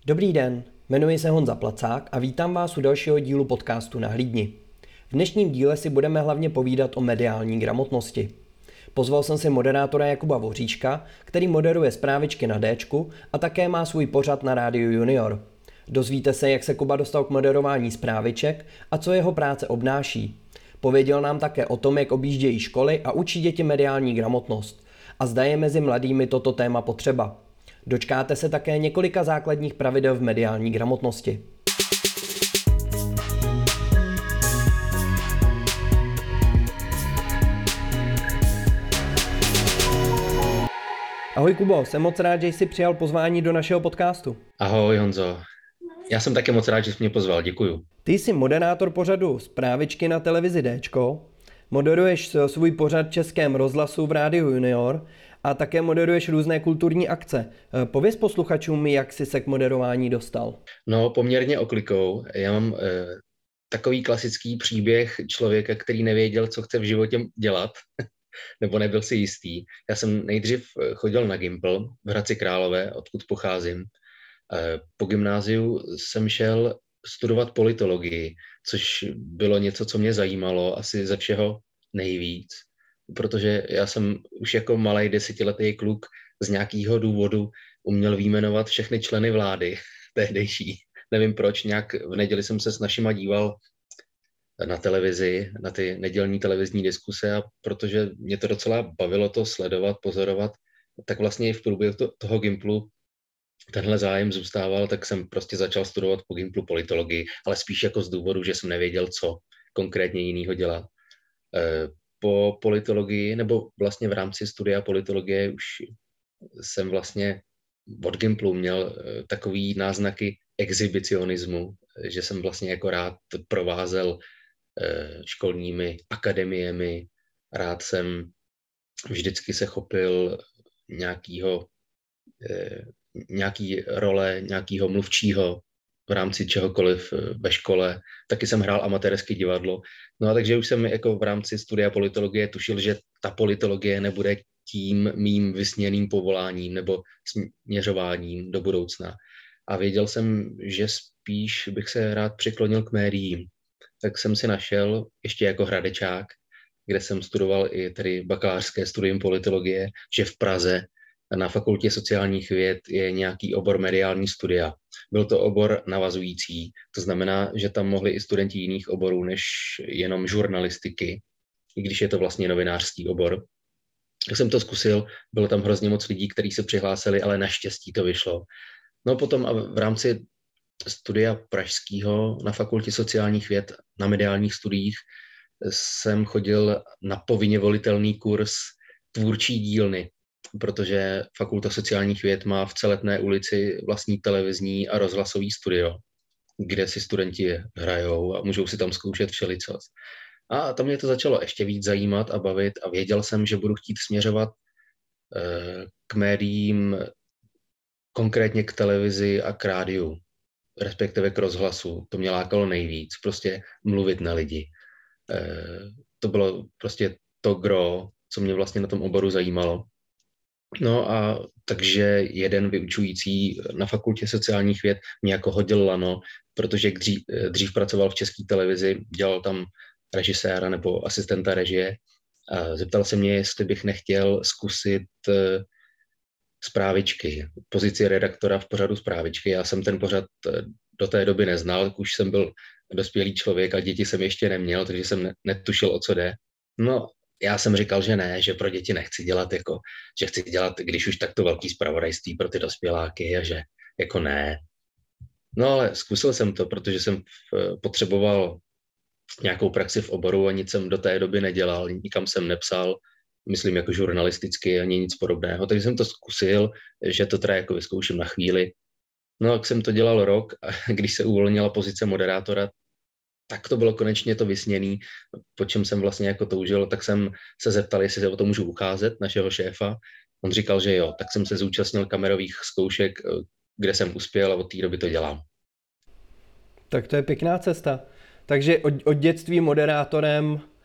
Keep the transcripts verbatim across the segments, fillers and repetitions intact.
Dobrý den, jmenuji se Honza Placák a vítám vás u dalšího dílu podcastu Nahlídni. V dnešním díle si budeme hlavně povídat o mediální gramotnosti. Pozval jsem si moderátora Jakuba Voříčka, který moderuje Zprávičky na Déčku a také má svůj pořad na Rádiu Junior. Dozvíte se, jak se Kuba dostal k moderování Zpráviček a co jeho práce obnáší. Pověděl nám také o tom, jak objíždějí školy a učí děti mediální gramotnost. A zda je mezi mladými toto téma potřeba. Dočkáte se také několika základních pravidel v mediální gramotnosti. Ahoj Kubo, jsem moc rád, že jsi přijal pozvání do našeho podcastu. Ahoj Honzo, já jsem také moc rád, že jsi mě pozval, děkuju. Ty jsi moderátor pořadu Zprávičky na televizi Déčko, moderuješ svůj pořad v Českém rozhlasu v Rádiu Junior a také moderuješ různé kulturní akce. Pověz posluchačům, jak jsi se k moderování dostal. No, poměrně oklikou. Já mám eh, takový klasický příběh člověka, který nevěděl, co chce v životě dělat, nebo nebyl si jistý. Já jsem nejdřív chodil na Gimpl v Hradci Králové, odkud pocházím. Eh, po gymnáziu jsem šel studovat politologii, což bylo něco, co mě zajímalo asi ze všeho nejvíc. Protože já jsem už jako malej desetiletý kluk z nějakého důvodu uměl vyjmenovat všechny členy vlády tehdejší. Nevím proč, nějak v neděli jsem se s našima díval na televizi, na ty nedělní televizní diskuse a protože mě to docela bavilo to sledovat, pozorovat, tak vlastně i v průběhu to, toho Gimplu tenhle zájem zůstával, tak jsem prostě začal studovat po Gimplu politologii, ale spíš jako z důvodu, že jsem nevěděl, co konkrétně jinýho dělat. Po politologii, nebo vlastně v rámci studia politologie už jsem vlastně od Gimplu měl takový náznaky exhibicionismu, že jsem vlastně jako rád provázel školními akademiemi, rád jsem vždycky se chopil nějakýho, nějaký role, nějakýho mluvčího v rámci čehokoliv ve škole. Taky jsem hrál amatérské divadlo. No a takže už jsem jako v rámci studia politologie tušil, že ta politologie nebude tím mým vysněným povoláním nebo směřováním do budoucna. A věděl jsem, že spíš bych se rád přiklonil k médiím. Tak jsem si našel ještě jako hradečák, kde jsem studoval i tedy bakalářské studium politologie, že v Praze na Fakultě sociálních věd je nějaký obor mediální studia. Byl to obor navazující, to znamená, že tam mohli i studenti jiných oborů než jenom žurnalistiky, i když je to vlastně novinářský obor. Tak jsem to zkusil, bylo tam hrozně moc lidí, kteří se přihlásili, ale naštěstí to vyšlo. No potom a v rámci studia pražského na Fakultě sociálních věd na mediálních studiích jsem chodil na povinně volitelný kurz tvůrčí dílny, protože Fakulta sociálních věd má v Celetné ulici vlastní televizní a rozhlasový studio, kde si studenti hrajou a můžou si tam zkoušet všelicos. A tam mě to začalo ještě víc zajímat a bavit a věděl jsem, že budu chtít směřovat k médiím, konkrétně k televizi a k rádiu, respektive k rozhlasu. To mě lákalo nejvíc, prostě mluvit na lidi. To bylo prostě to gro, co mě vlastně na tom oboru zajímalo. No a takže jeden vyučující na Fakultě sociálních věd mě jako hodil lano, protože dřív, dřív pracoval v České televizi, dělal tam režiséra nebo asistenta režie. A zeptal se mě, jestli bych nechtěl zkusit Zprávičky, pozici redaktora v pořadu Zprávičky. Já jsem ten pořad do té doby neznal, už jsem byl dospělý člověk a děti jsem ještě neměl, takže jsem netušil, o co jde. No, já jsem říkal, že ne, že pro děti nechci dělat, jako, že chci dělat, když už tak to velký zpravodajství pro ty dospěláky a že jako ne. No ale zkusil jsem to, protože jsem potřeboval nějakou praxi v oboru a nic jsem do té doby nedělal, nikam jsem nepsal, myslím jako žurnalisticky ani nic podobného, takže jsem to zkusil, že to teda jako vyzkouším na chvíli. No a jsem to dělal rok a když se uvolnila pozice moderátora, tak to bylo konečně to vysněný, po čem jsem vlastně jako toužil, tak jsem se zeptal, jestli se o to můžu ucházet, našeho šéfa. On říkal, že jo, tak jsem se zúčastnil kamerových zkoušek, kde jsem uspěl a od té doby to dělám. Tak to je pěkná cesta. Takže od, od dětství moderátorem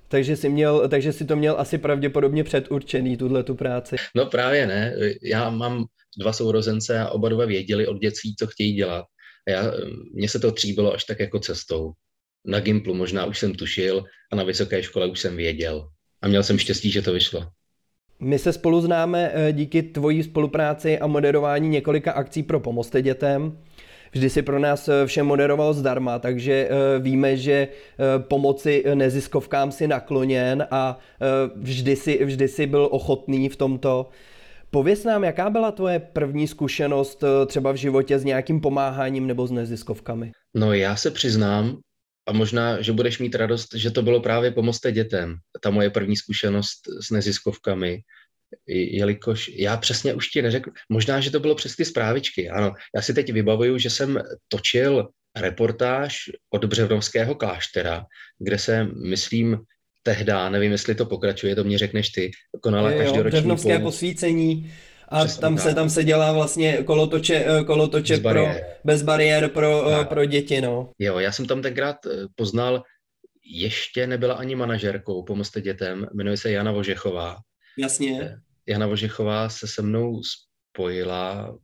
Takže jsi, měl, takže jsi to měl asi pravděpodobně předurčený, tuhle tu práci. No právě ne. Já mám dva sourozence a oba dva věděli od dětství, co chtějí dělat. A já, mně se to tříbilo až tak jako cestou. Na Gimplu možná už jsem tušil a na vysoké škole už jsem věděl. A měl jsem štěstí, že to vyšlo. My se spolu známe díky tvojí spolupráci a moderování několika akcí pro Pomozte dětem. Vždy si pro nás všem moderoval zdarma, takže víme, že pomoci neziskovkám si nakloněn a vždy si, vždy si byl ochotný v tomto. Pověz nám, jaká byla tvoje první zkušenost třeba v životě s nějakým pomáháním nebo s neziskovkami? No já se přiznám, a možná, že budeš mít radost, že to bylo právě Pomozte dětem, ta moje první zkušenost s neziskovkami, jelikož já přesně už ti neřekl, možná, že to bylo přes ty zprávičky, ano, já si teď vybavuju, že jsem točil reportáž od Břevnovského kláštera, kde se, myslím, tehda, nevím, jestli to pokračuje, to mě řekneš ty, konala každoroční Břevnovské posvícení a přesně tam tak. se, tam se dělá vlastně kolotoče, kolotoče bez pro, bariér, bez bariér pro, pro děti, no. Jo, já jsem tam tenkrát poznal, ještě nebyla ani manažerkou Pomozte dětem, jmenuje se Jana Vožechová. Jasně. Jana Vožechová se se mnou spojila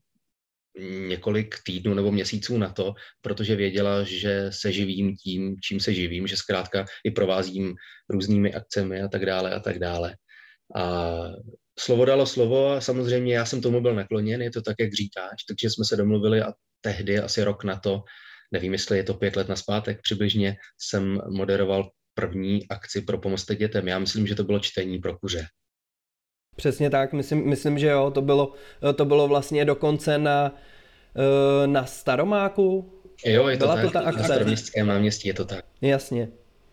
několik týdnů nebo měsíců na to, protože věděla, že se živím tím, čím se živím, že zkrátka i provázím různými akcemi a tak dále a tak dále. A slovo dalo slovo a samozřejmě já jsem tomu byl nakloněn, je to tak, jak říkáš, takže jsme se domluvili a tehdy asi rok na to, nevím, jestli je to pět let nazpátek přibližně, jsem moderoval první akci pro Pomozte dětem. Já myslím, že to bylo čtení pro kuře. Přesně tak, myslím, myslím, že jo, to bylo, to bylo vlastně dokonce na, na Staromáku. Jo, je to Byla tak, to ta akce. na Staroměstském náměstí je to tak. Jasně.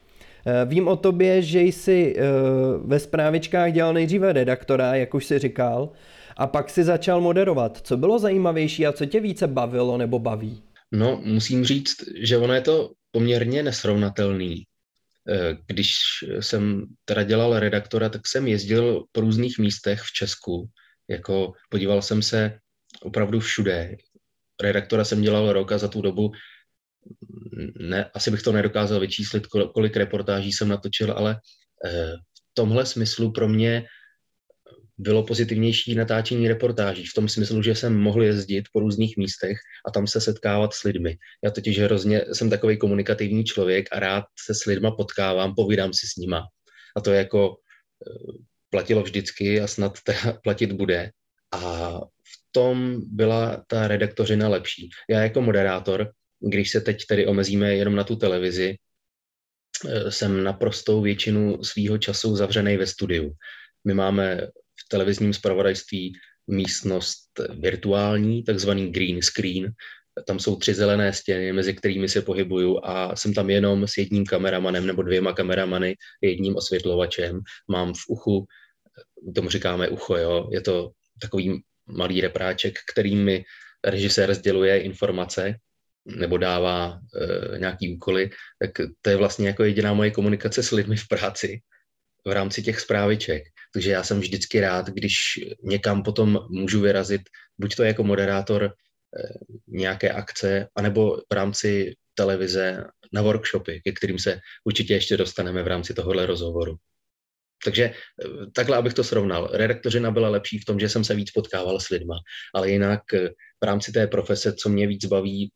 Vím o tobě, že jsi ve Zprávičkách dělal nejdříve redaktora, jak už jsi říkal, a pak si začal moderovat. Co bylo zajímavější a co tě více bavilo nebo baví? No, musím říct, že ono je to poměrně nesrovnatelný. Když jsem teda dělal redaktora, tak jsem jezdil po různých místech v Česku. Jako podíval jsem se opravdu všude. Redaktora jsem dělal rok a za tu dobu ne, asi bych to nedokázal vyčíslit, kolik reportáží jsem natočil, ale v tomhle smyslu pro mě bylo pozitivnější natáčení reportáží, v tom smyslu, že jsem mohl jezdit po různých místech a tam se setkávat s lidmi. Já totiž hrozně jsem takový komunikativní člověk a rád se s lidma potkávám, povídám si s nima. A to jako platilo vždycky a snad platit bude. A v tom byla ta redaktořina lepší. Já jako moderátor, když se teď tedy omezíme jenom na tu televizi, jsem naprostou většinu svýho času zavřenej ve studiu. My máme v televizním zpravodajství místnost virtuální, takzvaný green screen. Tam jsou tři zelené stěny, mezi kterými se pohybuju a jsem tam jenom s jedním kameramanem nebo dvěma kameramany, jedním osvětlovačem. Mám v uchu, tomu říkáme ucho, jo, je to takový malý repráček, kterým mi režisér sděluje informace nebo dává e, nějaký úkoly, tak to je vlastně jako jediná moje komunikace s lidmi v práci v rámci těch zpráviček. Takže já jsem vždycky rád, když někam potom můžu vyrazit, buď to jako moderátor e, nějaké akce, anebo v rámci televize na workshopy, ke kterým se určitě ještě dostaneme v rámci tohohle rozhovoru. Takže takhle, abych to srovnal. Redaktořina byla lepší v tom, že jsem se víc potkával s lidma, ale jinak v rámci té profese, co mě víc baví,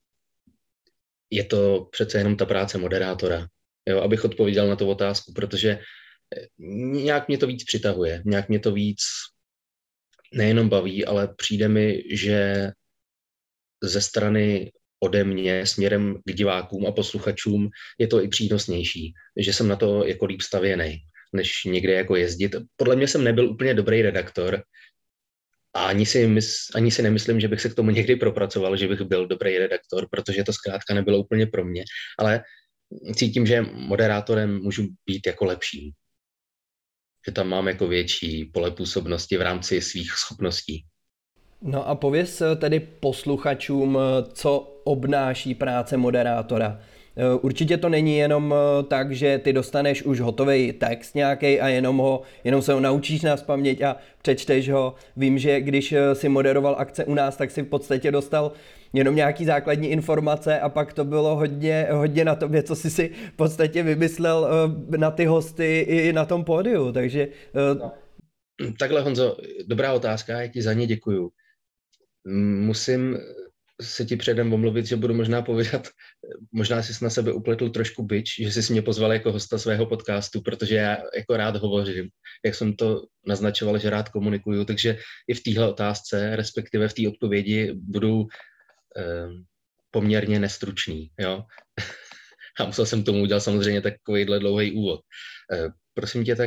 je to přece jenom ta práce moderátora. Jo, abych odpověděl na tu otázku, protože nějak mě to víc přitahuje, nějak mě to víc nejenom baví, ale přijde mi, že ze strany ode mě směrem k divákům a posluchačům je to i přínosnější, že jsem na to jako líp stavěnej, než někde jako jezdit. Podle mě jsem nebyl úplně dobrý redaktor a ani si, mys, ani si nemyslím, že bych se k tomu někdy propracoval, že bych byl dobrý redaktor, protože to zkrátka nebylo úplně pro mě, ale cítím, že moderátorem můžu být jako lepší. Že tam mám jako větší pole působnosti v rámci svých schopností. No a pověz tedy posluchačům, co obnáší práce moderátora. Určitě to není jenom tak, že ty dostaneš už hotový text nějaký a jenom, ho, jenom se ho naučíš nazpaměť a přečteš ho. Vím, že když si moderoval akce u nás, tak si v podstatě dostal jenom nějaký základní informace a pak to bylo hodně, hodně na tobě, co jsi si v podstatě vymyslel na ty hosty i na tom pódiu, takže... Takhle, Honzo, dobrá otázka, já ti za ně děkuju. Musím se ti předem omluvit, že budu možná povídat, možná jsi na sebe upletl trošku bič, že jsi mě pozval jako hosta svého podcastu, protože já jako rád hovořím, jak jsem to naznačoval, že rád komunikuju, takže i v téhle otázce, respektive v té odpovědi budu eh, poměrně nestručný, jo. A musel jsem tomu udělat samozřejmě takovýhle dlouhý úvod. Eh, prosím tě, tak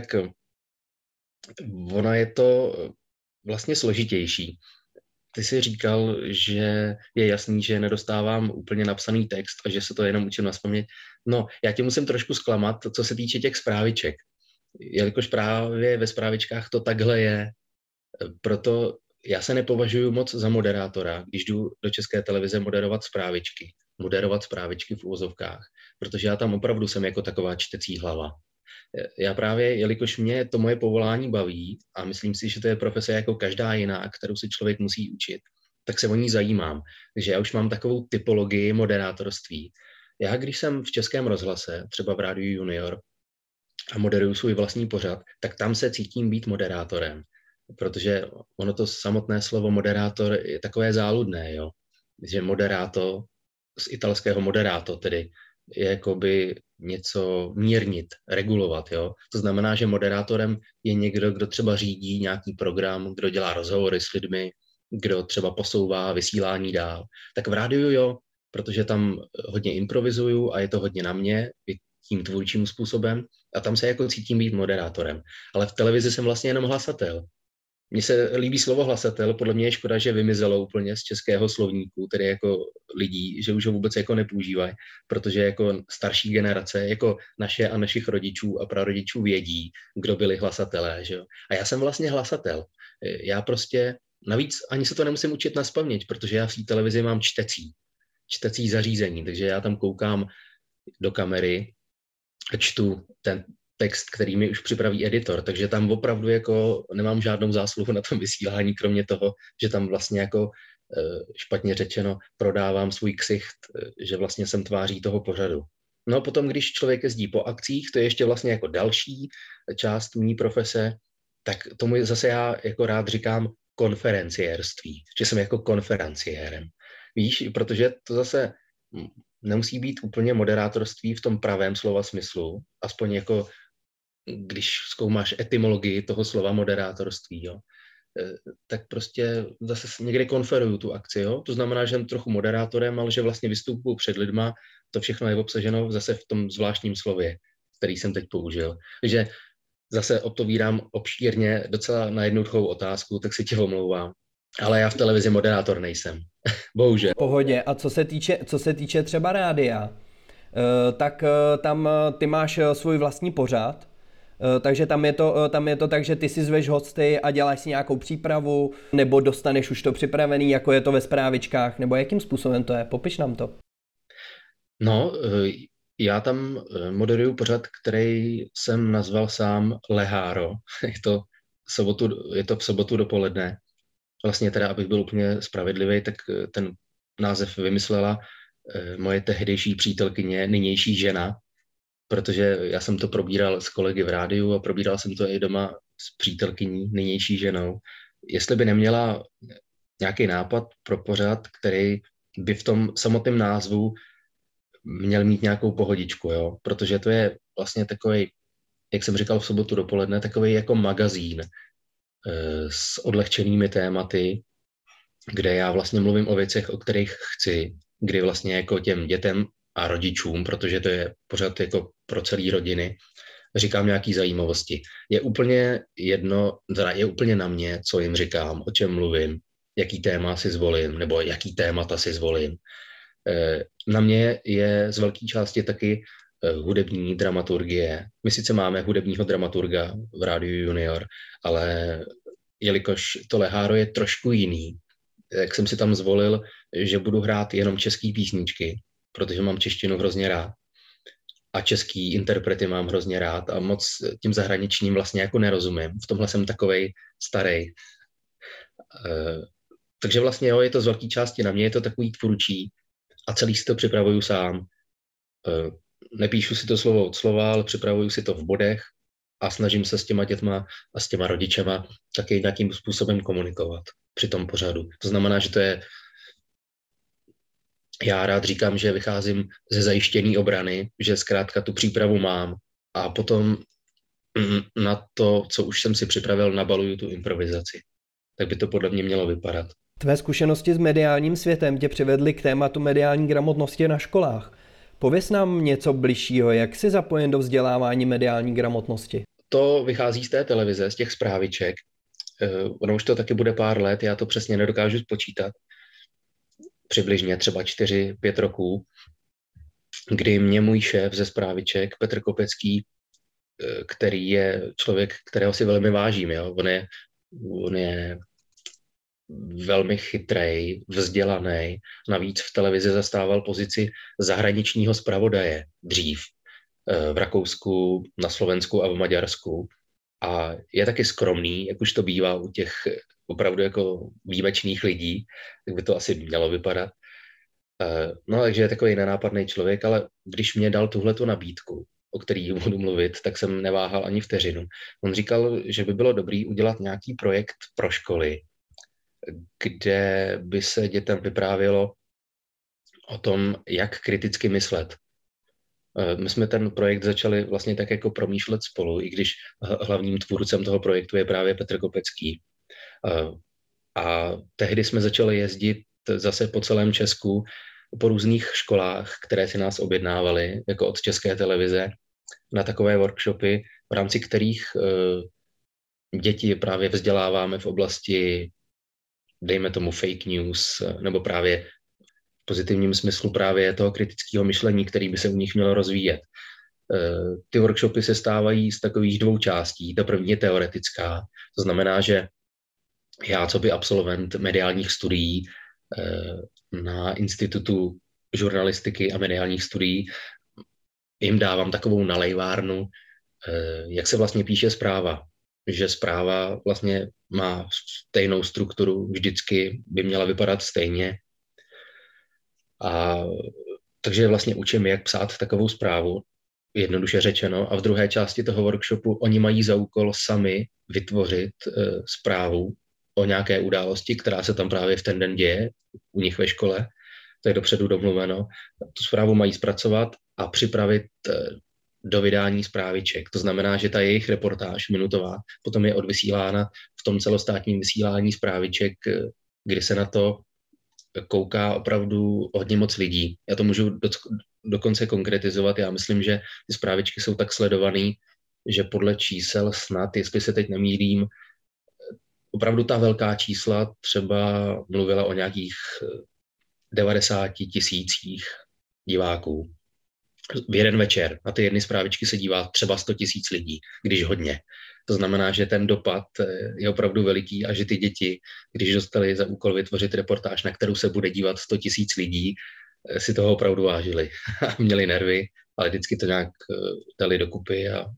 ono je to vlastně složitější. Ty jsi říkal, že je jasný, že nedostávám úplně napsaný text a že se to jenom učím nazpaměť. No, já tě musím trošku zklamat, co se týče těch zpráviček. Jelikož právě ve zprávičkách to takhle je. Proto já se nepovažuji moc za moderátora, když jdu do České televize moderovat zprávičky. Moderovat zprávičky v uvozovkách. Protože já tam opravdu jsem jako taková čtecí hlava. Já právě, jelikož mě to moje povolání baví a myslím si, že to je profese jako každá jiná, kterou si člověk musí učit, tak se o ní zajímám. Takže já už mám takovou typologii moderátorství. Já, když jsem v Českém rozhlase, třeba v Rádiu Junior, a moderuju svůj vlastní pořad, tak tam se cítím být moderátorem. Protože ono to samotné slovo moderátor je takové záludné, jo. Že moderato, z italského moderato tedy, je jakoby něco mírnit, regulovat, jo. To znamená, že moderátorem je někdo, kdo třeba řídí nějaký program, kdo dělá rozhovory s lidmi, kdo třeba posouvá vysílání dál. Tak v rádiu jo, protože tam hodně improvizuju a je to hodně na mě, tím tvůrčím způsobem a tam se jako cítím být moderátorem. Ale v televizi jsem vlastně jenom hlasatel. Mně se líbí slovo hlasatel, podle mě je škoda, že vymizelo úplně z českého slovníku, tedy jako lidí, že už ho vůbec jako nepoužívají, protože jako starší generace, jako naše a našich rodičů a prarodičů vědí, kdo byli hlasatelé, že jo. A já jsem vlastně hlasatel. Já prostě, navíc ani se to nemusím učit nazpaměť, protože já v té televizi mám čtecí, čtecí zařízení, takže já tam koukám do kamery a čtu ten text, který mi už připraví editor, takže tam opravdu jako nemám žádnou zásluhu na tom vysílání, kromě toho, že tam vlastně jako špatně řečeno prodávám svůj ksicht, že vlastně jsem tváří toho pořadu. No a potom, když člověk jezdí po akcích, to je ještě vlastně jako další část mý profese, tak tomu zase já jako rád říkám konferenciérství, že jsem jako konferenciérem. Víš, protože to zase nemusí být úplně moderátorství v tom pravém slova smyslu, aspoň jako když zkoumáš etymologii toho slova moderátorství, jo, tak prostě zase někde konferuju tu akci, jo, to znamená, že jsem trochu moderátorem, ale že vlastně vystupuju před lidma, to všechno je obsaženo zase v tom zvláštním slově, který jsem teď použil. Takže zase otevírám obšírně docela na jednoduchou otázku, tak si tě omlouvám. Ale já v televizi moderátor nejsem. Bohužel. V pohodě. A co se týče, co se týče třeba rádia, tak tam ty máš svůj vlastní pořad, takže tam je, to, tam je to tak, že ty si zveš hosty a děláš si nějakou přípravu, nebo dostaneš už to připravený, jako je to ve zprávičkách, nebo jakým způsobem to je? Popiš nám to. No, já tam moderuju pořad, který jsem nazval sám Leháro. Je to, sobotu, je to v sobotu dopoledne. Vlastně teda, abych byl úplně spravedlivý, tak ten název vymyslela moje tehdejší přítelkyně, nynější žena, protože já jsem to probíral s kolegy v rádiu a probíral jsem to i doma s přítelkyní, nynější ženou. Jestli by neměla nějaký nápad pro pořad, který by v tom samotném názvu měl mít nějakou pohodičku, jo? Protože to je vlastně takový, jak jsem říkal v sobotu dopoledne, takový jako magazín s odlehčenými tématy, kde já vlastně mluvím o věcech, o kterých chci, kdy vlastně jako těm dětem a rodičům, protože to je pořád jako pro celý rodiny, říkám nějaký zajímavosti. Je úplně jedno, je úplně na mě, co jim říkám, o čem mluvím, jaký téma si zvolím, nebo jaký témata si zvolím. Na mě je z velké části taky hudební dramaturgie. My sice máme hudebního dramaturga v Rádiu Junior, ale jelikož to Leháro je trošku jiný, tak jsem si tam zvolil, že budu hrát jenom český písničky, protože mám češtinu hrozně rád. A český interprety mám hrozně rád a moc tím zahraničním vlastně jako nerozumím. V tomhle jsem takovej starý. takže vlastně jo, je to z velké části na mě, je to takový tvůrčí a celý si to připravuju sám. Nepíšu si to slovo od slova, ale připravuju si to v bodech a snažím se s těma dětma a s těma rodičema taky nějakým způsobem komunikovat při tom pořadu. To znamená, že to je, já rád říkám, že vycházím ze zajištění obrany, že zkrátka tu přípravu mám a potom na to, co už jsem si připravil, nabaluju tu improvizaci. Tak by to podle mě mělo vypadat. Tvé zkušenosti s mediálním světem tě přivedly k tématu mediální gramotnosti na školách. Pověz nám něco bližšího, jak jsi zapojen do vzdělávání mediální gramotnosti. To vychází z té televize, z těch zpráviček. Ono už to taky bude pár let, já to přesně nedokážu spočítat. Přibližně třeba čtyři, pět roků, kdy mě můj šéf ze zpráviček, Petr Kopecký, který je člověk, kterého si velmi vážím, jo? On je, on je velmi chytrej, vzdělaný. Navíc v televizi zastával pozici zahraničního zpravodaje dřív v Rakousku, na Slovensku a v Maďarsku. A je taky skromný, jak už to bývá u těch opravdu jako výjimečných lidí, tak by to asi mělo vypadat. No takže je takový nenápadný člověk, ale když mě dal tuhletu nabídku, o který budu mluvit, tak jsem neváhal ani vteřinu. On říkal, že by bylo dobrý udělat nějaký projekt pro školy, kde by se dětem vyprávělo o tom, jak kriticky myslet. My jsme ten projekt začali vlastně tak jako promýšlet spolu, i když hlavním tvůrcem toho projektu je právě Petr Kopecký. A tehdy jsme začali jezdit zase po celém Česku po různých školách, které si nás objednávaly, jako od České televize, na takové workshopy, v rámci kterých děti právě vzděláváme v oblasti, dejme tomu, fake news, nebo právě v pozitivním smyslu právě toho kritického myšlení, který by se u nich mělo rozvíjet. Ty workshopy se stávají z takových dvou částí. Ta první je teoretická, to znamená, že já, co by absolvent mediálních studií na Institutu žurnalistiky a mediálních studií, jim dávám takovou nalejvárnu, jak se vlastně píše zpráva. Že zpráva vlastně má stejnou strukturu, vždycky by měla vypadat stejně. A takže vlastně učím, jak psát takovou zprávu, jednoduše řečeno. A v druhé části toho workshopu oni mají za úkol sami vytvořit uh, zprávu o nějaké události, která se tam právě v ten den děje u nich ve škole. To je dopředu domluveno. Tu zprávu mají zpracovat a připravit uh, do vydání zpráviček. To znamená, že ta jejich reportáž minutová potom je odvysílána v tom celostátním vysílání zpráviček, kdy se na to kouká opravdu hodně moc lidí. Já to můžu do, dokonce konkretizovat. Já myslím, že ty zprávičky jsou tak sledovaný, že podle čísel snad, jestli se teď nemýlím, opravdu ta velká čísla třeba mluvila o nějakých devadesáti tisících diváků. V jeden večer na ty jedny zprávičky se dívá třeba sto tisíc lidí, když hodně. To znamená, že ten dopad je opravdu veliký a že ty děti, když dostali za úkol vytvořit reportáž, na kterou se bude dívat sto tisíc lidí, si toho opravdu vážili. Měli nervy, ale vždycky to nějak dali dokupy a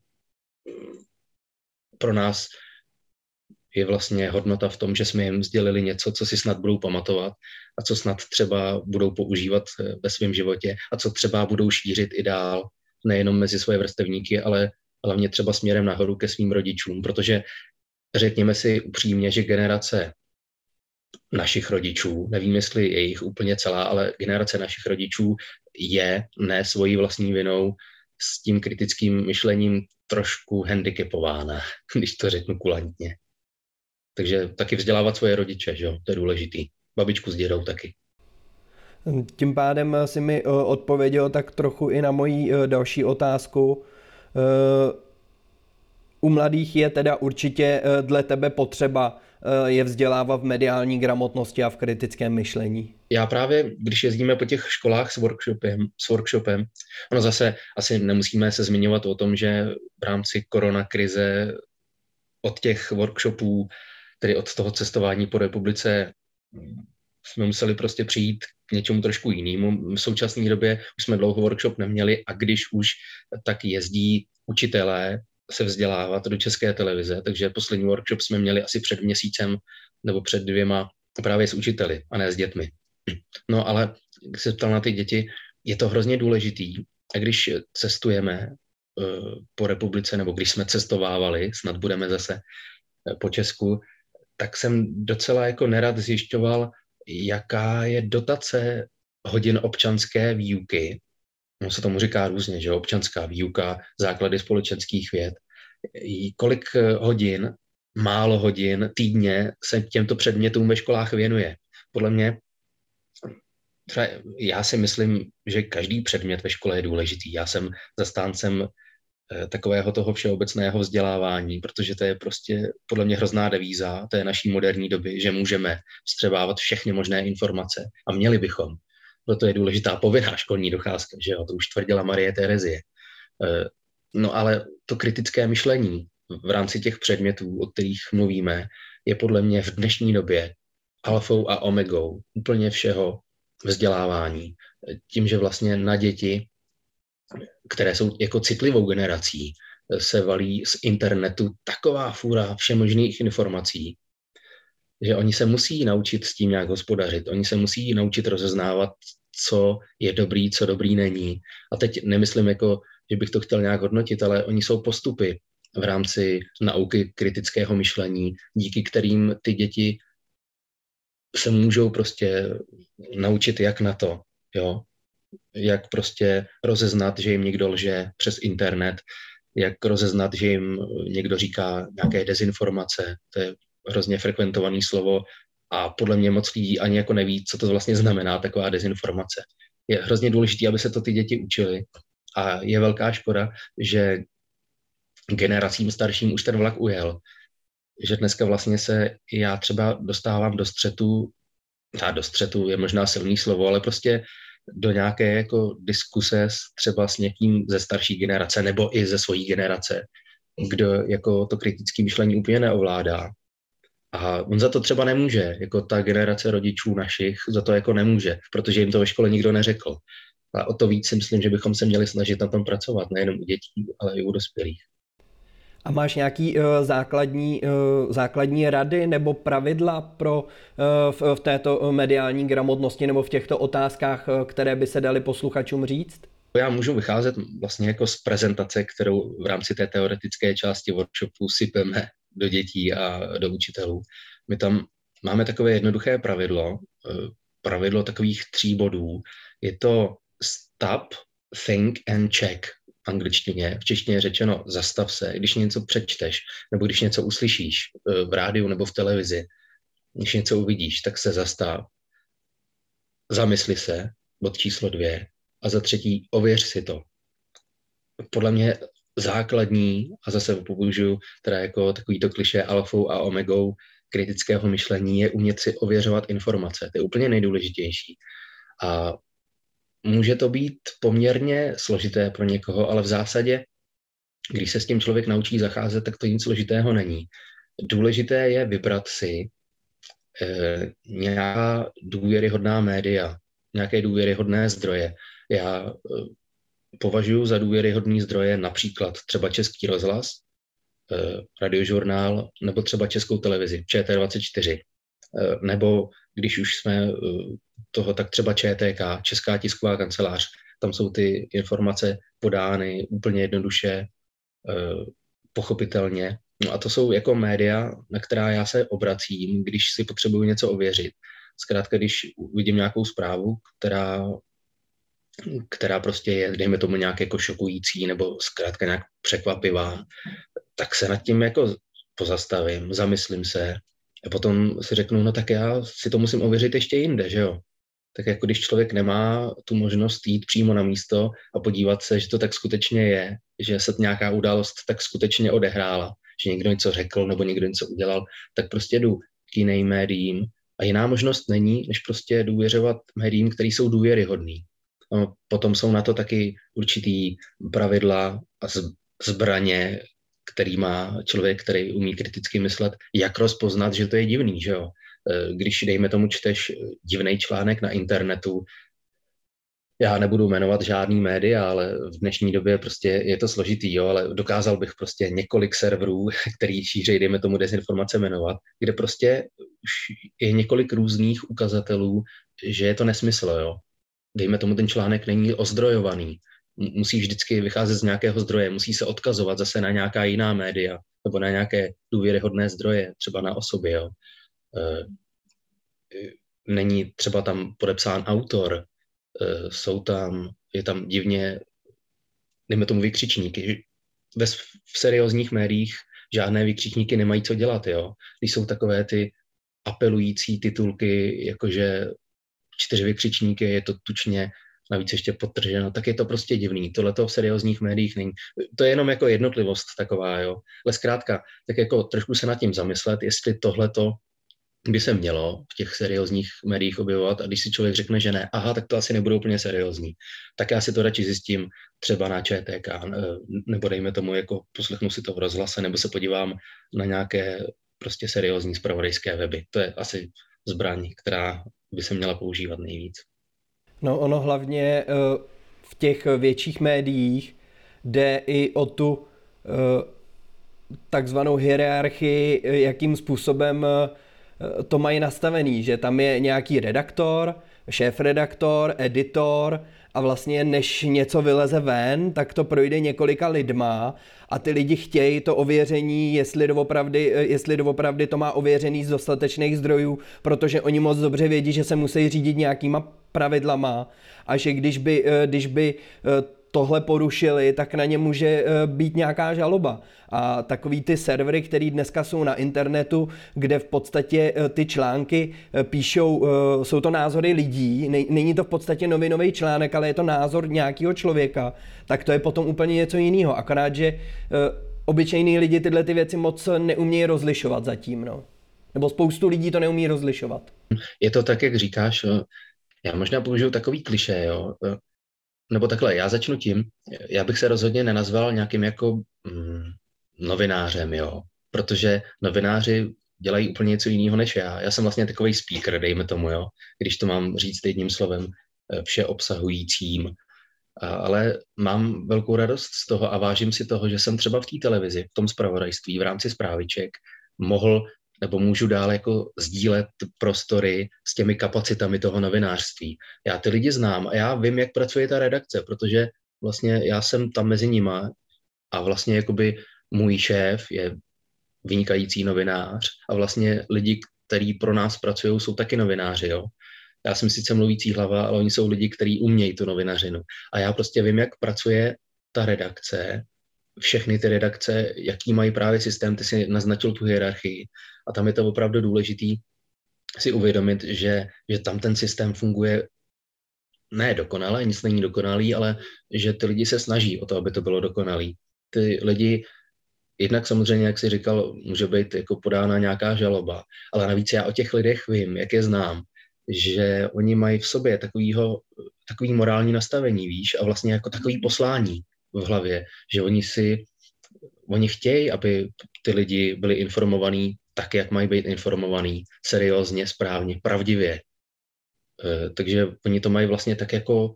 pro nás je vlastně hodnota v tom, že jsme jim sdělili něco, co si snad budou pamatovat a co snad třeba budou používat ve svém životě a co třeba budou šířit i dál, nejenom mezi svoje vrstevníky, ale hlavně třeba směrem nahoru ke svým rodičům, protože řekněme si upřímně, že generace našich rodičů, nevím, jestli je jich úplně celá, ale generace našich rodičů je ne svojí vlastní vinou s tím kritickým myšlením trošku handicapována, když to řeknu kulantně. Takže taky vzdělávat svoje rodiče, že jo, to je důležitý. Babičku s dědou taky. Tím pádem si mi odpověděl tak trochu i na moji další otázku. U mladých je teda určitě dle tebe potřeba je vzdělávat v mediální gramotnosti a v kritickém myšlení. Já právě, když jezdíme po těch školách s workshopem, s workshopem, ono zase asi nemusíme se zmiňovat o tom, že v rámci koronakrize od těch workshopů, tedy od toho cestování po republice, jsme museli prostě přijít k něčemu trošku jinému. V současné době už jsme dlouho workshop neměli a když už, tak jezdí učitelé se vzdělávat do České televize, takže poslední workshop jsme měli asi před měsícem nebo před dvěma právě s učiteli a ne s dětmi. No ale, když se ptal na ty děti, je to hrozně důležitý. A když cestujeme uh, po republice, nebo když jsme cestovávali, snad budeme zase uh, po Česku, tak jsem docela jako nerad zjišťoval, jaká je dotace hodin občanské výuky. No se tomu říká různě, že občanská výuka, základy společenských věd. Kolik hodin, málo hodin týdně se těmto předmětům ve školách věnuje. Podle mě, já si myslím, že každý předmět ve škole je důležitý. Já jsem zastáncem takového toho všeobecného vzdělávání, protože to je prostě podle mě hrozná devíza té naší moderní doby, že můžeme vstřebávat všechny možné informace a měli bychom. Proto je důležitá povinná školní docházka, že jo, to už tvrdila Marie Terezie. No ale to kritické myšlení v rámci těch předmětů, o kterých mluvíme, je podle mě v dnešní době alfou a omegou úplně všeho vzdělávání. Tím, že vlastně na děti, které jsou jako citlivou generací, se valí z internetu taková fůra všemožných informací, že oni se musí naučit s tím nějak hospodařit. Oni se musí naučit rozeznávat, co je dobrý, co dobrý není. A teď nemyslím jako, že bych to chtěl nějak hodnotit, ale oni jsou postupy v rámci nauky kritického myšlení, díky kterým ty děti se můžou prostě naučit jak na to, jo? Jak prostě rozeznat, že jim někdo lže přes internet, jak rozeznat, že jim někdo říká nějaké dezinformace, to je hrozně frekventované slovo a podle mě moc lidí ani jako neví, co to vlastně znamená taková dezinformace. Je hrozně důležité, aby se to ty děti učily a je velká škoda, že generacím starším už ten vlak ujel. Že dneska vlastně se já třeba dostávám do střetu, a do střetu je možná silný slovo, ale prostě do nějaké jako diskuse třeba s někým ze starší generace nebo i ze svojí generace, kdo jako to kritické myšlení úplně neovládá. A on za to třeba nemůže, jako ta generace rodičů našich za to jako nemůže, protože jim to ve škole nikdo neřekl. A o to víc si myslím, že bychom se měli snažit na tom pracovat, nejenom u dětí, ale i u dospělých. A máš nějaký uh, základní, uh, základní rady nebo pravidla pro uh, v, v této mediální gramotnosti nebo v těchto otázkách, uh, které by se daly posluchačům říct? Já můžu vycházet vlastně jako z prezentace, kterou v rámci té teoretické části workshopu sypeme do dětí a do učitelů. My tam máme takové jednoduché pravidlo, pravidlo takových tří bodů. Je to stop, think and check v angličtině. V češtině je řečeno zastav se, když něco přečteš, nebo když něco uslyšíš v rádiu nebo v televizi, když něco uvidíš, tak se zastav. Zamysli se, bod číslo dvě. A za třetí, ověř si to. Podle mě základní, a zase použiju teda jako takovýto klišé alfou a omegou kritického myšlení, je umět si ověřovat informace. To je úplně nejdůležitější. A může to být poměrně složité pro někoho, ale v zásadě, když se s tím člověk naučí zacházet, tak to nic složitého není. Důležité je vybrat si eh, nějaká důvěryhodná média, nějaké důvěryhodné zdroje. Já považuji za důvěryhodný zdroje například třeba Český rozhlas, Radiožurnál nebo třeba Českou televizi, Č T dvacet čtyři. Nebo když už jsme toho, tak třeba Č T K, Česká tisková kancelář. Tam jsou ty informace podány úplně jednoduše, pochopitelně. No a to jsou jako média, na která já se obracím, když si potřebuji něco ověřit. Zkrátka, když vidím nějakou zprávu, která která prostě je, dejme tomu, nějak jako šokující nebo zkrátka nějak překvapivá, tak se nad tím jako pozastavím, zamyslím se a potom si řeknu, no tak já si to musím ověřit ještě jinde, že jo. Tak jako když člověk nemá tu možnost jít přímo na místo a podívat se, že to tak skutečně je, že se nějaká událost tak skutečně odehrála, že někdo něco řekl nebo někdo něco udělal, tak prostě jdu k jiným médiím a jiná možnost není, než prostě důvěřovat médiím, které jsou důvěryhodný. No, potom jsou na to taky určitý pravidla a zbraně, který má člověk, který umí kriticky myslet, jak rozpoznat, že to je divný, že jo. Když, dejme tomu, čteš divný článek na internetu, Já nebudu jmenovat žádný média, ale v dnešní době prostě je to složitý, jo, ale dokázal bych prostě několik serverů, který šíří, dejme tomu, dezinformace jmenovat, kde prostě už je několik různých ukazatelů, že je to nesmysl, jo. Dejme tomu, ten článek není ozdrojovaný, musí vždycky vycházet z nějakého zdroje, musí se odkazovat zase na nějaká jiná média nebo na nějaké důvěryhodné zdroje, třeba na osoby, jo. Není třeba tam podepsán autor, jsou tam, je tam divně, dejme tomu, vykřičníky. Ve, v seriózních médiích žádné vykřičníky nemají co dělat, jo. Když jsou takové ty apelující titulky, jakože čtyři vykřičníky, je to tučně, navíc ještě podtrženo, tak je to prostě divný. Tohleto v seriózních médiích není. To je jenom jako jednotlivost taková, jo. Ale zkrátka, tak jako trošku se nad tím zamyslet, jestli tohleto by se mělo v těch seriózních médiích objevovat, a když si člověk řekne, že ne, aha, tak to asi nebude úplně seriózní, tak já si to radši zjistím třeba na Č T K, nebo dejme tomu, jako poslechnu si to v rozhlase, nebo se podívám na nějaké prostě seriózní zpravodajské weby. To je asi zbraň, která by se měla používat nejvíc. No ono hlavně v těch větších médiích jde i o tu takzvanou hierarchii, jakým způsobem to mají nastavený, že tam je nějaký redaktor, šéfredaktor, editor a vlastně než něco vyleze ven, tak to projde několika lidma a ty lidi chtějí to ověření, jestli doopravdy, jestli doopravdy to má ověřený z dostatečných zdrojů, protože oni moc dobře vědí, že se musí řídit nějakýma pravidlama a že když by, když by tohle porušili, tak na ně může být nějaká žaloba. A takový ty servery, které dneska jsou na internetu, kde v podstatě ty články píšou, jsou to názory lidí, není to v podstatě novinový článek, ale je to názor nějakého člověka, tak to je potom úplně něco jiného. Akorát, že obyčejní lidi tyhle ty věci moc neumějí rozlišovat zatím, no. Nebo spoustu lidí to neumí rozlišovat. Je to tak, jak říkáš, já možná použiju takový klišé, jo. Nebo takhle, já začnu tím, já bych se rozhodně nenazval nějakým jako mm, novinářem, jo, protože novináři dělají úplně něco jiného než já. Já jsem vlastně takovej speaker, dejme tomu, jo, když to mám říct jedním slovem, všeobsahujícím. A, ale mám velkou radost z toho a vážím si toho, že jsem třeba v té televizi, v tom zpravodajství, v rámci Zpráviček mohl nebo můžu dál jako sdílet prostory s těmi kapacitami toho novinářství. Já ty lidi znám a já vím, jak pracuje ta redakce, protože vlastně já jsem tam mezi nima a vlastně jakoby můj šéf je vynikající novinář a vlastně lidi, kteří pro nás pracují, jsou taky novináři, jo. Já jsem sice mluvící hlava, ale oni jsou lidi, kteří umějí tu novinařinu. A já prostě vím, jak pracuje ta redakce, všechny ty redakce, jaký mají právě systém, ty si naznačil tu hierarchii. A tam je to opravdu důležitý si uvědomit, že, že tam ten systém funguje ne dokonale, nic není dokonalý, ale že ty lidi se snaží o to, aby to bylo dokonalý. Ty lidi, jednak samozřejmě, jak jsi říkal, může být jako podána nějaká žaloba, ale navíc já o těch lidech vím, jak je znám, že oni mají v sobě takovýho, takový morální nastavení, víš, a vlastně jako takový poslání v hlavě, že oni si, oni chtějí, aby ty lidi byli informovaní tak, jak mají být informovaný, seriózně, správně, pravdivě. E, takže oni to mají vlastně tak jako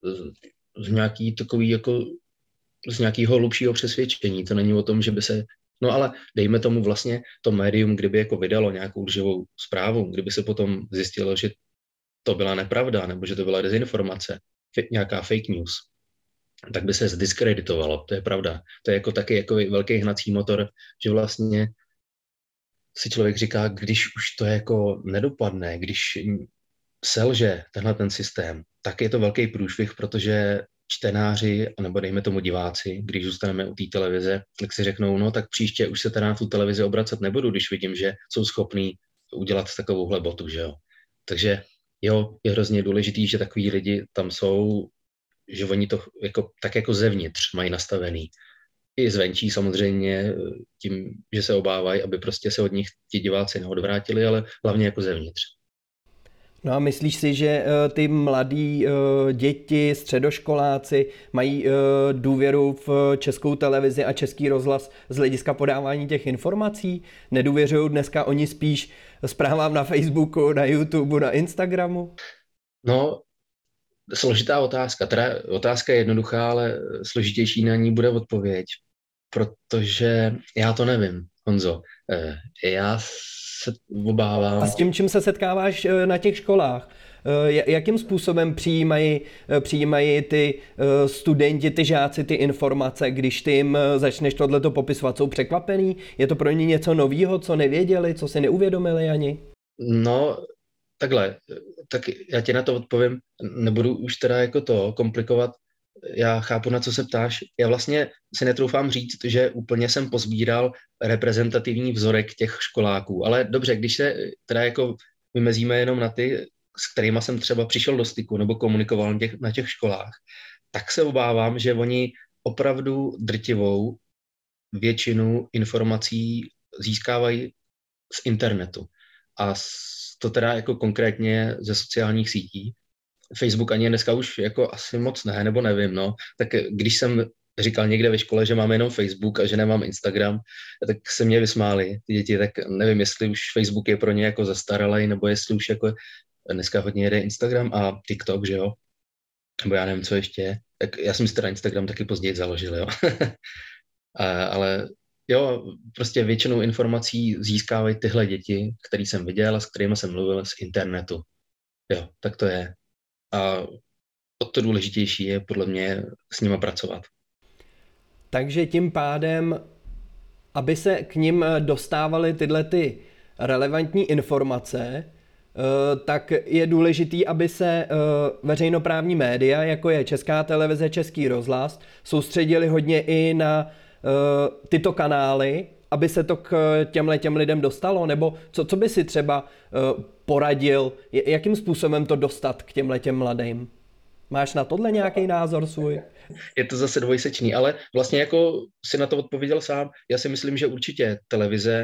z nějaký takový jako z nějakého hlubšího přesvědčení. To není o tom, že by se, no ale dejme tomu vlastně to médium, kdyby jako vydalo nějakou lživou zprávu, kdyby se potom zjistilo, že to byla nepravda, nebo že to byla dezinformace, nějaká fake news, tak by se zdiskreditovalo, to je pravda. To je jako taky jako velký hnací motor, že vlastně si člověk říká, když už to jako nedopadne, když selže tenhle ten systém, tak je to velký průšvih, protože čtenáři, nebo dejme tomu diváci, když zůstaneme u té televize, tak si řeknou, no tak příště už se teda na tu televizi obracet nebudu, když vidím, že jsou schopní udělat takovouhle botu, že jo. Takže jo, je hrozně důležitý, že takový lidi tam jsou, že oni to jako, tak jako zevnitř mají nastavený. I zvenčí samozřejmě tím, že se obávají, aby prostě se od nich ti diváci neodvrátili, ale hlavně jako zevnitř. No a myslíš si, že ty mladí děti, středoškoláci mají důvěru v Českou televizi a Český rozhlas z hlediska podávání těch informací? Nedůvěřují dneska oni spíš zprávám na Facebooku, na YouTube, na Instagramu? No, Složitá otázka. Teda otázka je jednoduchá, ale složitější na ní bude odpověď, protože já to nevím, Honzo. Eh, Já se A obávám. s tím, čím se setkáváš eh, na těch školách? Eh, ja- Jakým způsobem přijímají, eh, přijímají ty eh, studenti, ty žáci ty informace, když ty jim eh, začneš tohleto popisovat? Jsou překvapený? Je to pro ně něco novýho, co nevěděli, co si neuvědomili ani? No, takhle, tak já ti na to odpovím, nebudu už teda jako to komplikovat, já chápu, na co se ptáš. Já vlastně si netroufám říct, že úplně jsem pozbíral reprezentativní vzorek těch školáků, ale dobře, když se teda jako vymezíme jenom na ty, s kterými jsem třeba přišel do styku nebo komunikoval na těch, na těch školách, tak se obávám, že oni opravdu drtivou většinu informací získávají z internetu. A to teda jako konkrétně ze sociálních sítí. Facebook ani dneska už jako asi moc ne, nebo nevím, no. Tak když jsem říkal někde ve škole, že mám jenom Facebook a že nemám Instagram, tak se mě vysmáli ty děti, tak nevím, jestli už Facebook je pro ně jako zastaralej, nebo jestli už jako dneska hodně jede Instagram a TikTok, že jo? Nebo já nevím, co ještě. Tak já jsem si teda Instagram taky později založil, jo. a, ale jo, prostě většinou informací získávají tyhle děti, který jsem viděl a s kterými jsem mluvil z internetu. Jo, tak to je. A o to důležitější je podle mě s nima pracovat. Takže tím pádem, aby se k nim dostávaly tyhle ty relevantní informace, tak je důležitý, aby se veřejnoprávní média, jako je Česká televize, Český rozhlas, soustředili hodně i na tyto kanály, aby se to k těmhle těm lidem dostalo? Nebo co, co by si třeba poradil, jakým způsobem to dostat k těmhle těm mladým? Máš na tohle nějaký názor svůj? Je to zase dvojsečný, ale vlastně jako si na to odpověděl sám. Já si myslím, že určitě televize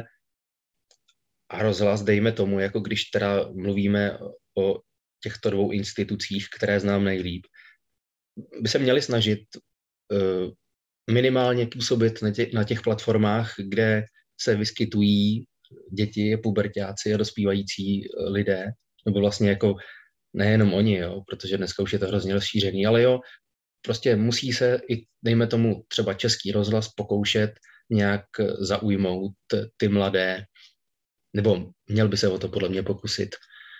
a rozhlas, dejme tomu, jako když teda mluvíme o těchto dvou institucích, které znám nejlíp, by se měli snažit uh, minimálně působit na, tě, na těch platformách, kde se vyskytují děti, puberťáci a dospívající lidé, nebo vlastně jako nejenom oni, jo, protože dneska už je to hrozně rozšířený, ale jo, prostě musí se i, dejme tomu, třeba Český rozhlas pokoušet nějak zaujmout ty mladé, nebo měl by se o to podle mě pokusit.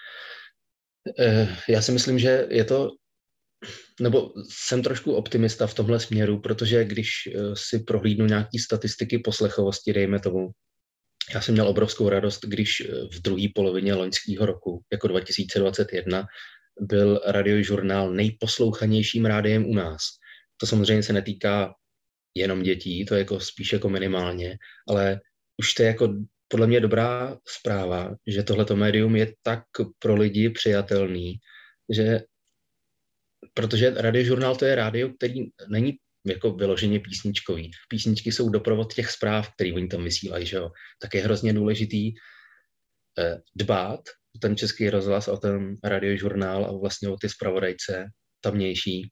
Já si myslím, že je to, nebo jsem trošku optimista v tomhle směru, protože když si prohlídnu nějaký statistiky poslechovosti, dejme tomu, já jsem měl obrovskou radost, když v druhé polovině loňského roku, jako dva tisíce dvacet jedna, byl Radiožurnál nejposlouchanějším rádiem u nás. To samozřejmě se netýká jenom dětí, to je jako spíš jako minimálně, ale už to je jako podle mě dobrá zpráva, že tohleto médium je tak pro lidi přijatelný, že protože Radiožurnál to je rádio, který není jako vyloženě písničkový. Písničky jsou doprovod těch zpráv, které oni tam vysílají, že jo. Tak je hrozně důležitý eh, dbát o ten Český rozhlas, o ten Radiožurnál a vlastně o ty zpravodajce tamnější.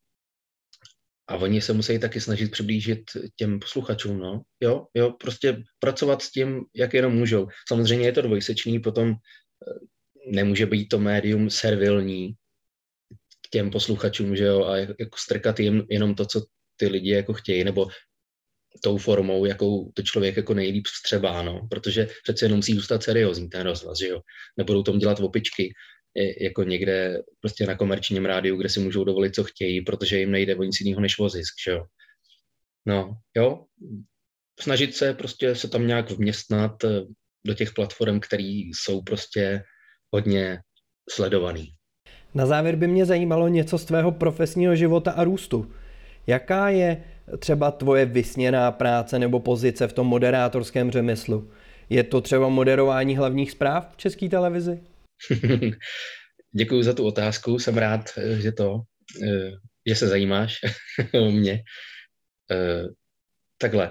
A oni se musí taky snažit přiblížit těm posluchačům, no. Jo, jo, prostě pracovat s tím, jak jenom můžou. Samozřejmě je to dvojsečný, potom nemůže být to médium servilní k těm posluchačům, že jo, a jako strkat jim jenom to, co ty lidi jako chtějí, nebo tou formou, jakou to člověk jako nejlíp vstřebá, no, protože přece jenom musí zůstat seriózní ten rozhlas, že jo. Nebudou tom dělat opičky, jako někde prostě na komerčním rádiu, kde si můžou dovolit, co chtějí, protože jim nejde o nic jiného než o zisk, že jo. No, jo, snažit se prostě se tam nějak vměstnat do těch platform, které jsou prostě hodně sledovaný. Na závěr by mě zajímalo něco z tvého profesního života a růstu. Jaká je třeba tvoje vysněná práce nebo pozice v tom moderátorském řemeslu? Je to třeba moderování hlavních zpráv v České televizi? Děkuji za tu otázku, jsem rád, že to, že se zajímáš o mě. Takhle,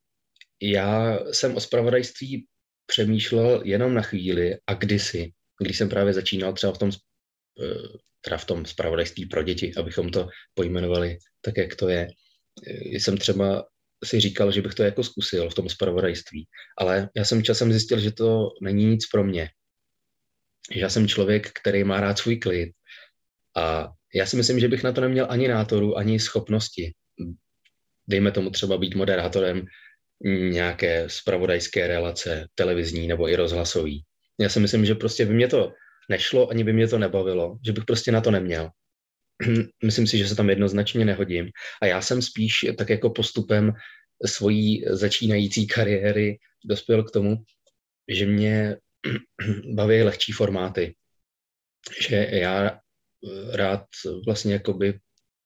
já jsem o zpravodajství přemýšlel jenom na chvíli a kdysi, když jsem právě začínal třeba v tom, teda v tom zpravodajství pro děti, abychom to pojmenovali tak, jak to je. Jsem třeba si říkal, že bych to jako zkusil v tom zpravodajství, ale já jsem časem zjistil, že to není nic pro mě. Já jsem člověk, který má rád svůj klid a já si myslím, že bych na to neměl ani nátoru, ani schopnosti. Dejme tomu třeba být moderátorem nějaké zpravodajské relace, televizní nebo i rozhlasový. Já si myslím, že prostě by mě to nešlo, ani by mě to nebavilo, že bych prostě na to neměl. Myslím si, že se tam jednoznačně nehodím. A já jsem spíš tak jako postupem svojí začínající kariéry dospěl k tomu, že mě baví lehčí formáty. Že já rád vlastně jakoby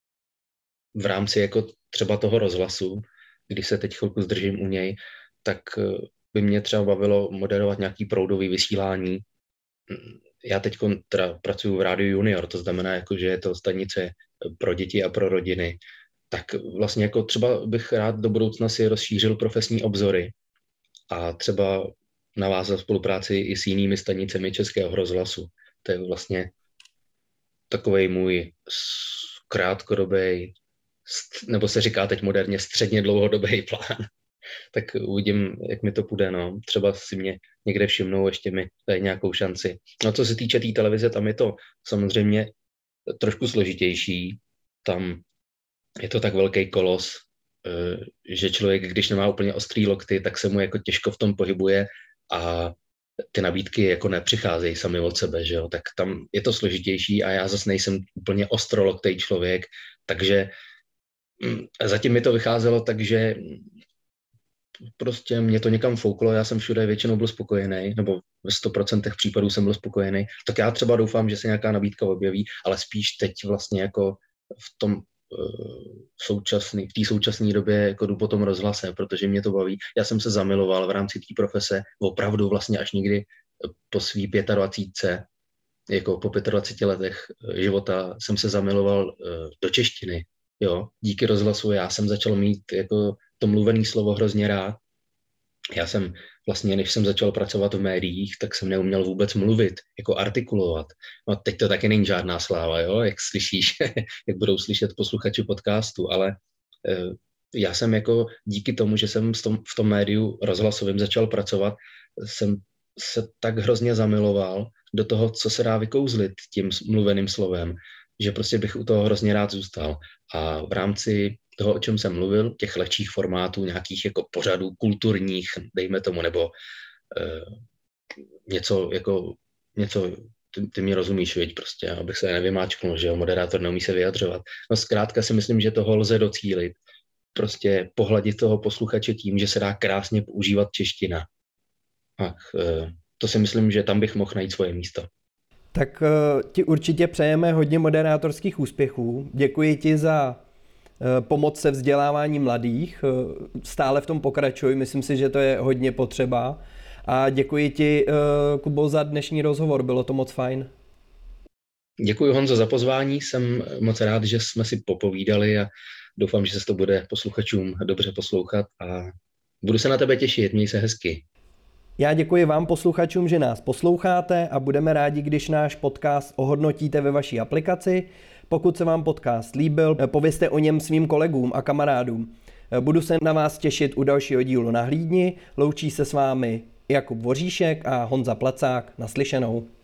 v rámci jako třeba toho rozhlasu, když se teď chvilku zdržím u něj, tak by mě třeba bavilo moderovat nějaký proudový vysílání. Já teď teda pracuji v Rádiu Junior, to znamená, jako, že je to stanice pro děti a pro rodiny. Tak vlastně jako třeba bych rád do budoucna si rozšířil profesní obzory a třeba navázat spolupráci i s jinými stanicemi Českého rozhlasu. To je vlastně takovej můj krátkodobý, nebo se říká teď moderně středně dlouhodobý plán. Tak uvidím, jak mi to půjde, no. Třeba si mě někde všimnou, ještě mi dají nějakou šanci. No co se týče té tý televize, tam je to samozřejmě trošku složitější. Tam je to tak velký kolos, že člověk, když nemá úplně ostrý lokty, tak se mu jako těžko v tom pohybuje a ty nabídky jako nepřicházejí sami od sebe, že jo, tak tam je to složitější a já zase nejsem úplně ostroloktej člověk, takže zatím mi to vycházelo tak, že prostě mě to někam fouklo, já jsem všude většinou byl spokojený, nebo ve sto procent případů jsem byl spokojený, tak já třeba doufám, že se nějaká nabídka objeví, ale spíš teď vlastně jako v tom v současný, v té současné době jako jdu po tom rozhlase, protože mě to baví. Já jsem se zamiloval v rámci té profese opravdu vlastně až někdy po svý dvacítce pěti, jako po dvaceti pěti letech života jsem se zamiloval do češtiny. Jo, díky rozhlasu já jsem začal mít jako to mluvené slovo hrozně rád. Já jsem vlastně, než jsem začal pracovat v médiích, tak jsem neuměl vůbec mluvit, jako artikulovat. No teď to taky není žádná sláva, jo, jak slyšíš, jak budou slyšet posluchači podcastu, ale eh, já jsem jako díky tomu, že jsem v tom, v tom médiu rozhlasovým začal pracovat, jsem se tak hrozně zamiloval do toho, co se dá vykouzlit tím mluveným slovem, že prostě bych u toho hrozně rád zůstal. A v rámci toho, o čem jsem mluvil, těch lehčích formátů, nějakých jako pořadů kulturních, dejme tomu, nebo uh, něco jako, něco, ty, ty mi rozumíš, viď, prostě, abych se nevymáčknul, že jo, moderátor neumí se vyjadřovat. No zkrátka si myslím, že toho lze docílit. Prostě pohladit toho posluchače tím, že se dá krásně používat čeština. Ach, uh, to si myslím, že tam bych mohl najít svoje místo. Tak uh, ti určitě přejeme hodně moderátorských úspěchů. Děkuji ti za pomoc se vzdělávání mladých. Stále v tom pokračuji, myslím si, že to je hodně potřeba. A děkuji ti, Kubo, za dnešní rozhovor, bylo to moc fajn. Děkuji, Honzo, za pozvání, jsem moc rád, že jsme si popovídali a doufám, že se to bude posluchačům dobře poslouchat a budu se na tebe těšit, měj se hezky. Já děkuji vám, posluchačům, že nás posloucháte a budeme rádi, když náš podcast ohodnotíte ve vaší aplikaci. Pokud se vám podcast líbil, povězte o něm svým kolegům a kamarádům. Budu se na vás těšit u dalšího dílu Na hlídni. Loučí se s vámi Jakub Voříšek a Honza Placák. Naslyšenou.